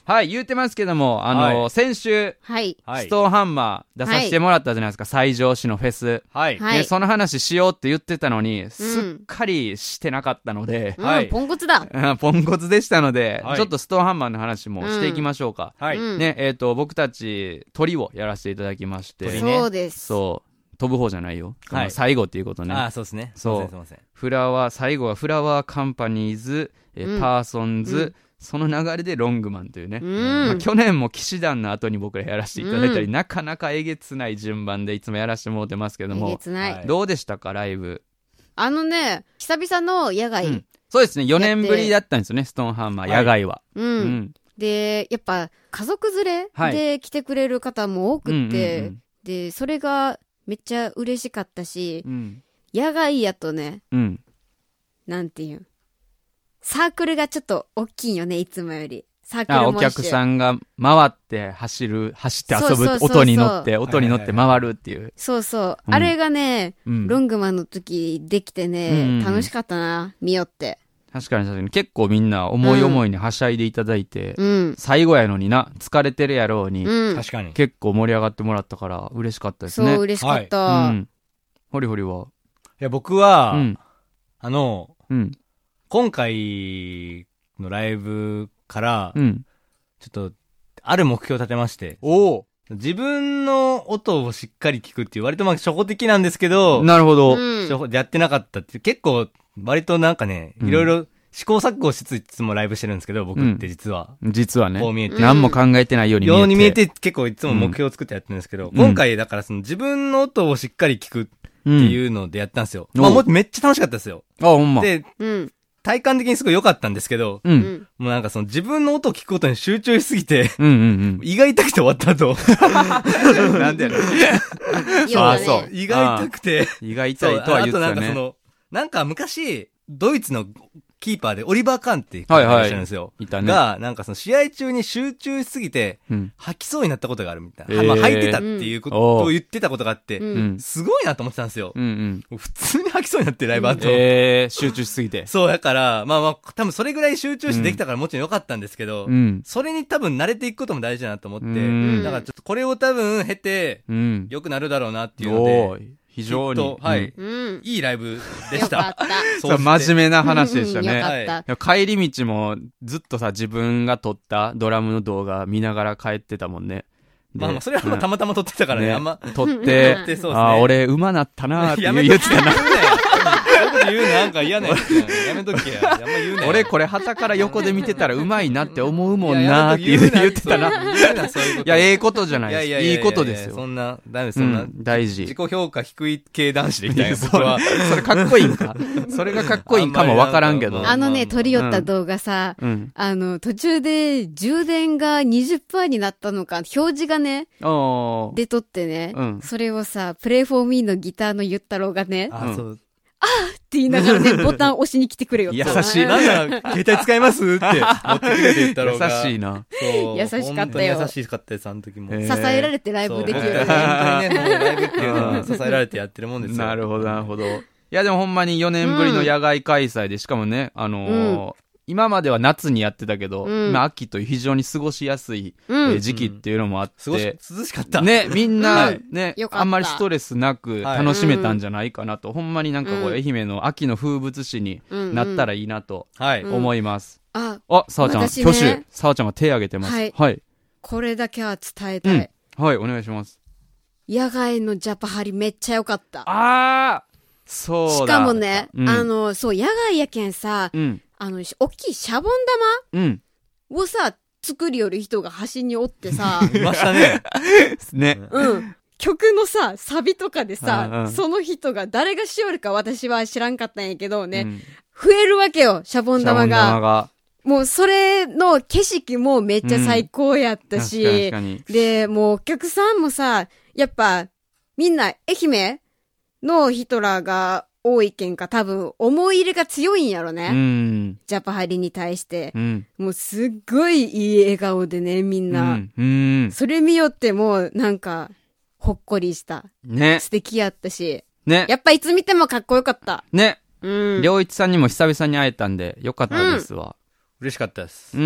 はい、言うてますけども、 はい先週、 はい。 ストーンハンマー出させてもらったじゃないですか、最上市のフェス。 はい。 はいね、その話しようって言ってたのに、すっかりしてなかったので、 はいポンコツだ。 ポンコツでしたので、 はいちょっとストーンハンマーの話もしていきましょうか。 はい。 うんね、僕たち、鳥をやらせていただきまして、 鳥ねそうです。 そう、飛ぶ方じゃないよ。 はいこの最後っていうことね。 ああ、そうですね。 そうすいません。 最後はフラワーカンパニーズ、パーソンズ、その流れでロングマンというね。まあ去年も騎士団の後に僕らやらせていただいたり、なかなかえげつない順番でいつもやらせてもらってますけどえげも、 つない。 はいどうでしたか、ライブ。 久々の野外。 そうですね、4年ぶりだったんですよね、ストーンハンマー、野外は。 で、やっぱ家族連はいれで来てくれる方も多くうんうんて、 うんで、それがめっちゃ嬉しかったし、 うん野外やとね、 うんなんていうん。サークルがちょっと大きいよね、いつもより。サークルもお客さんが回って走って遊ぶ、 そうそうそうそう音に乗って回るっていう。 そうそう。 うんあれがね、 うんロングマンの時できてね、 うん楽しかったな、見よって。 確かに結構みんな思い思いにはしゃいでいただいて、 うん。 最後やのにな、疲れてるやろうに、 うん。 確かに。 結構盛り上がってもらったから嬉しかったですそう、 ね。 嬉しかっうた。 ん。ホリホリは。 いや、僕は、 うん。うん。 今回のライブから、 うん。 ちょっと、ある目標を立てまして、 おお。 自分の音をしっかり聞くっていう、割とまあ初歩的なんですけど、 なるほど。 うん初歩やってなかったっていう、結構、割となんかね、いろいろ試行錯誤しつつもライブしてるんですけど、僕って実は。 実はね。 こう見えて。 何も考えてないように見えて。 ように見えて結構いつも目標を作ってやってるんですけど、 ん今回だからその自分の音をしっかり聞くっていうのでやったんですよ。 うんまあもうめっちゃ楽しかったですよ。 あ、ほんま。 で、 うん。 体感的にすごい良かったんですけど、 う。 うんん。 もうなんかその自分の音を聞くことに集中しすぎて、 うんうん胃が痛くて終わった後、 うん。なんでやろ。 いいよね。 そう胃が痛くて、 胃が痛いとは言ってあとなたね。 んかその、なんか昔、ドイツのキーパーでオリバー・カーンっていう方がいらっしゃるんですよ。 いたね。 が、なんかその試合中に集中しすぎて、 うん。 吐きそうになったことがあるみたいな。 へーまあ吐いてたっていうことを言ってたことがあって、 うんうん。 すごいなと思ってたんですよ。 うんうん。 普通に吐きそうになってライブ後。 集中しすぎて。 そう、だから、まあまあ、多分それぐらい集中してできたからもちろん良かったんですけど、 うん。 それに多分慣れていくことも大事だなと思って、 うんだからちょっとこれを多分経て、 うん。 良くなるだろうなっていうのおーで、 非常に。 きっとはいうん。 いいライブでしよかた。 った。 そう、真面目な話でしたうんよね。 かった。 いや帰り道もずっとさ、自分が撮ったドラムの動画見ながら帰ってたもんね。でまあまあ、それはまあたまたま撮ってたからね、あんま。 撮っうんて撮ってそうですねあー俺、馬なったなーってやめ言ってたな。 そういうこと言うのなんか嫌なやつやんやめとけや。やんま言うなよ。 俺、これ、旗から横で見てたらうまいなって思うもんいやなーって言ってたな。 言うな、そういうこと。 いや、ええことじゃないです。いいことですよ。 そんな、ダメです、 うそんな。 ん、大事。 自己評価低い系男子でいきたいよ、 そ僕は。 れかっこいいんかそれがかっこいいんかもわからんけど。 あんまり撮り寄った動画さ、 うん。 途中で充電が 20% になったのか、表示がね、 おー。 出とってね、 うんそれをさ、プレイフォーミーのギターのゆったろうがね、ってあ、そう。 言いながらね、ボタン押しに来てくれよって。 優しいなんなら、携帯使いますって持ってくれて言ったろうが。 優しいな。 そう。 優しかったよ本当に優しかったです、あの時も。 へー支えられてライブできるよそうね。 本当にね、もうライブっていうのは支えられてやってるもんですよ。 なるほど、なるほど。いや、でもほんまに4年ぶりの野外開催で、しかもね、今までは夏にやってたけど、 うん今秋という非常に過ごしやすい、 うん時期っていうのもあっすごいて、 涼しかった。 ね、みんな、 はいねよかったあんまりストレスなくはい楽しめたんじゃないかなと、ほんまになんかこう、 うん愛媛の秋の風物詩になったらいいなとはい。 うん思います。 あ、 あ、さわちゃん、 私ね挙手。さわちゃんが手挙げてます。 はいはい。 これだけは伝えたい。 はい、お願いします。 野外のジャパハリめっちゃ良かった。 あーそうだ。 しかもね、 うんそう、野外やけんさ、 うん。 大きいシャボンうん。 玉をさ、作りよる人が端におってさ、 いましたね。 ね。 うん。曲のさ、サビとかでさ、 うんうんその人が誰がしよるか私は知らんかったんやけどね、 うん増えるわけよ、シャボン玉シャボン玉が。 が。 もうそれの景色もめっちゃ最高やったし、 確かに。 で、もうお客さんもさ、やっぱ、みんな愛媛の人らが多いけんか多分思い入れが強いんやろね。 うん。 ジャパハリに対して。 うん。 もうすっごいいい笑顔でね、みんな。 うん。 それ見よってもなんか、ほっこりした。 ね。 素敵やったし。 ね。 やっぱいつ見てもかっこよかった。 ね。 うん。 良一さんにも久々に会えたんで、よかったですわ。 嬉しかったです。 うん。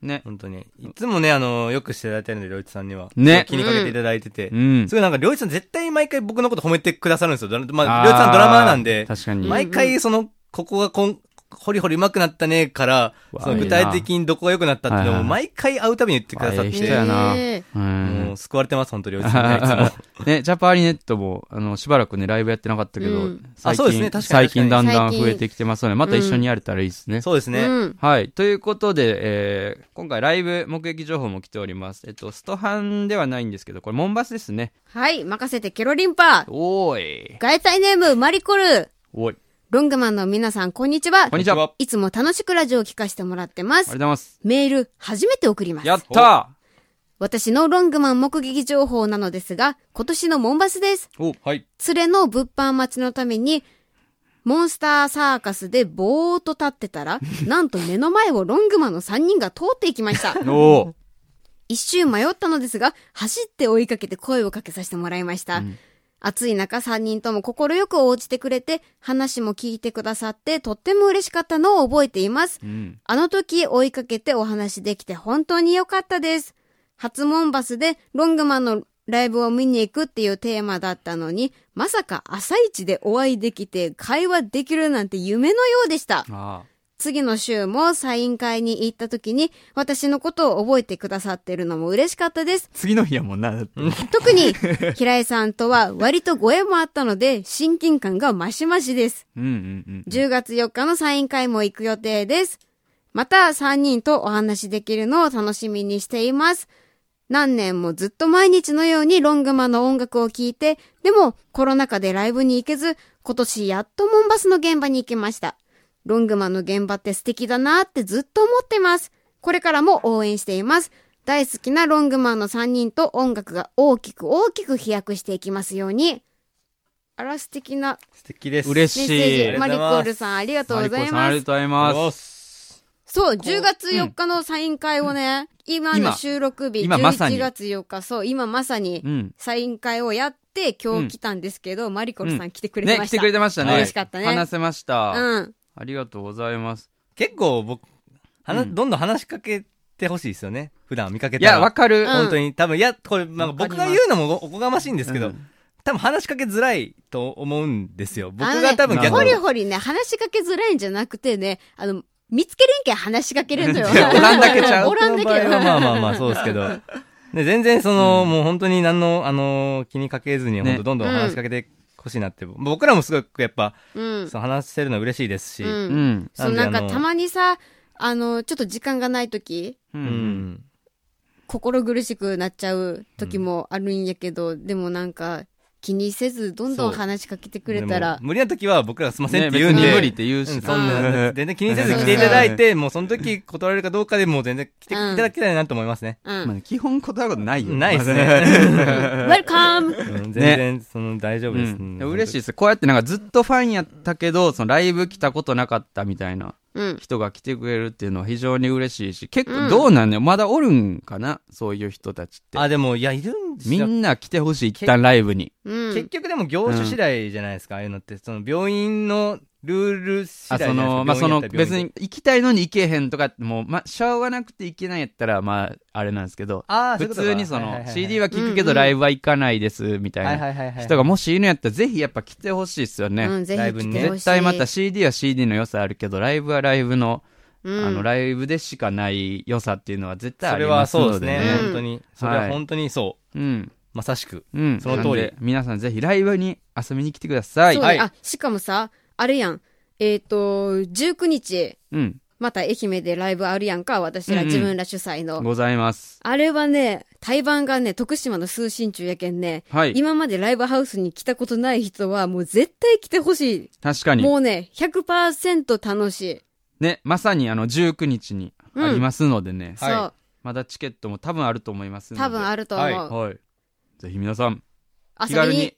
ね。 本当に。いつもね、よくしていただいてるんで、りょういちさんには。 ね気にかけていただいてて。 うん。 すごいなんか、りょういちさん絶対毎回僕のこと褒めてくださるんですよ。まあ、りょういちさんドラマーなんで、 確かに。 毎回ここがホリホリ上手くなったねから、具体的にどこが良くなったっていうのを毎回会うたびに言ってくださって。 人やな。 もう救われてます、本当にりょういちさんにいつも。 ね、ジャパアリネットも、しばらくね、ライブやってなかったけど、 そうですね、確かに。 最近だんだん増えてきてますので、また一緒にやれたらいいですね。 そうですね。 はい。ということで、今回ライブ目撃情報も来ております。ストハンではないんですけど、これモンバスですね。 はい、任せてケロリンパ。 おーい。 ガエタイネーム、マリコル。 おい。 ロングマンの皆さん、こんにちは。 こんにちは。 いつも楽しくラジオを聞かせてもらってます。 ありがとうございます。 メール、初めて送ります。 やった私のロングマン目撃情報なのですが、今年のモンバスです。 はい。 連れの物販待ちのために、モンスターサーカスでぼーっと立ってたら、なんと目の前をロングマンの3人が通っていきました。 お一瞬迷ったのですが、走って追いかけて声をかけさせてもらいました。暑い中3人とも心よく応じてくれて、話も聞いてくださって、とっても嬉しかったのを覚えています。あの時追いかけてお話できて本当に良かったです。初モンバスでロングマンのライブを見に行くっていうテーマだったのに、まさか朝一でお会いできて会話できるなんて夢のようでした。次の週もサイン会に行った時に私のことを覚えてくださってるのも嬉しかったです。 次の日やもんな。 特に平井さんとは割とご縁もあったので親近感がマシマシです。10月4日のサイン会も行く予定です。また3人とお話できるのを楽しみにしています。何年もずっと毎日のようにロングマンの音楽を聴いて、でもコロナ禍でライブに行けず、今年やっとモンバスの現場に行けました。ロングマンの現場って素敵だなってずっと思ってます。これからも応援しています。大好きなロングマンの3人と音楽が大きく飛躍していきますように。あら、素敵な。 素敵です。 嬉しい。 メッセージ。マリコールさんありがとうございます。 マリコールさんありがとうございます。 そう、10月4日のサイン会をね、今の収録日、11月4日、そう、今まさにサイン会をやって、今日来たんですけど、マリコルさん来てくれてました。 ね、来てくれてましたね。 嬉しかったね。 話せました。ありがとうございます。 結構どんどん話しかけてほしいですよね。普段見かけたら。 いや、わかる。 本当に。多分、これ、なんか僕が言うのもおこがましいんですけど、多分話しかけづらいと思うんですよ。僕が多分逆に。 ほりほりね、話しかけづらいんじゃなくてね、見つけれんけん話しかけれんのよ。 おらんだけちゃう。 おらんだけ。 まあ、そうですけど。で、全然もう本当に何の、気にかけずに、本当どんどん話しかけてほしいなって。僕らもすごくやっぱ、話せるの嬉しいですし。 そう、なんかたまにさ、ちょっと時間がないとき、心苦しくなっちゃう時もあるんやけど、でもなんか、気にせず、どんどん話しかけてくれたら。 無理な時は僕らがすいませんって言うんで。 無理って言うし。 そんな、全然気にせず来ていただいて、もうその時断れるかどうかでもう全然来ていただきたいなと思いますね。 基本断ることないよ。 ないですね。 Welcome! 全然、大丈夫です。 嬉しいです。こうやってなんかずっとファンやったけど、ライブ来たことなかったみたいな人が来てくれるっていうのは非常に嬉しいし、結構どうなんねまだおるんかなそういう人たちって。 あ、でも、いや、いるんですよ。みんな来てほしい、一旦ライブに。 結局でも業種次第じゃないですか、ああいうのって。病院のルール次第じゃないですか。 別に行きたいのに行けへんとかって、もう、しょうがなくて行けないやったら、あれなんですけど、普通にCD は聞くけどライブは行かないです、みたいな人がもしいるんやったら、ぜひやっぱ来てほしいですよね。 ライブにね。絶対また CD は CD の良さあるけど、ライブはライブの、ライブでしかない良さっていうのは絶対ありますのでね。 それはそうですね。本当に。それは本当にそう。まさしく。その通り。 皆さんぜひライブに遊びに来てください。 そうね。しかもさ、あれやん。19日。また愛媛でライブあるやんか。私ら自分ら主催の。 ございます。 あれはね、対バンがね、徳島の通信中やけんね。今までライブハウスに来たことない人はもう絶対来てほしい。 確かに。 もうね、100% 楽しい。 ね、まさに19日にありますのでね。 そう。 まだチケットも多分あると思いますので。 多分あると思う。 はい。ぜひ皆さん、 気軽に。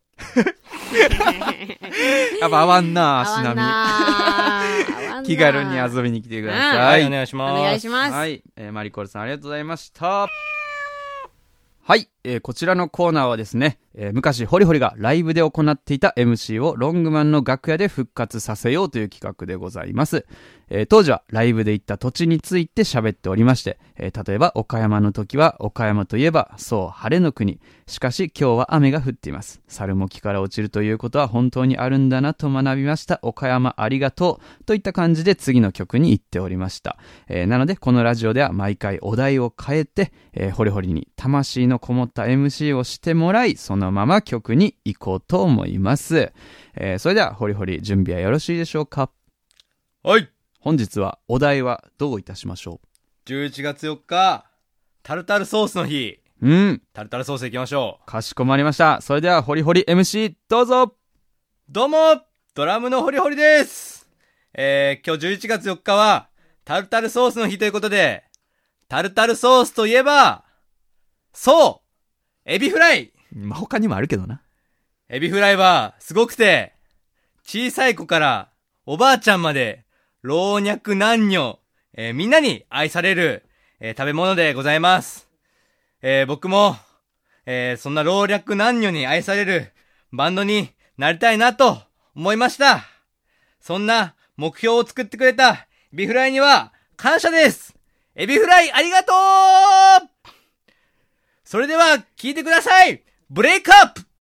やっぱ合わんな、足並み。気軽に遊びに来てください。 お願いします。 お願いします。 はい。マリコルさんありがとうございました。はい。こちらのコーナーはですね、 昔ホリホリがライブで行っていた MC をロングマンの楽屋で復活させようという企画でございます。当時はライブで行った土地について喋っておりまして、例えば岡山の時は岡山といえばそう晴れの国、しかし今日は雨が降っています。猿も木から落ちるということは本当にあるんだなと学びました。岡山ありがとうといった感じで次の曲に行っておりました。なのでこのラジオでは毎回お題を変えて、ホリホリに魂のこもった MC をしてもらい、そのまま曲に行こうと思います。それではホリホリ準備はよろしいでしょうか？ はい。 本日はお題はどういたしましょう ？11月4日、タルタルソースの日。タルタルソースいきましょう。 かしこまりました。それではホリホリ MC どうぞ。 どうも、ドラムのホリホリです。今日11月4日はタルタルソースの日ということで、タルタルソースといえば、そうエビフライ。 まあ、他にもあるけどな。 エビフライはすごくて、小さい子からおばあちゃんまで老若男女、みんなに愛される、食べ物でございます。僕も、そんな老若男女に愛されるバンドになりたいなと思いました。そんな目標を作ってくれたエビフライには感謝です。エビフライありがとう。それでは聞いてください。ブレイクアップ。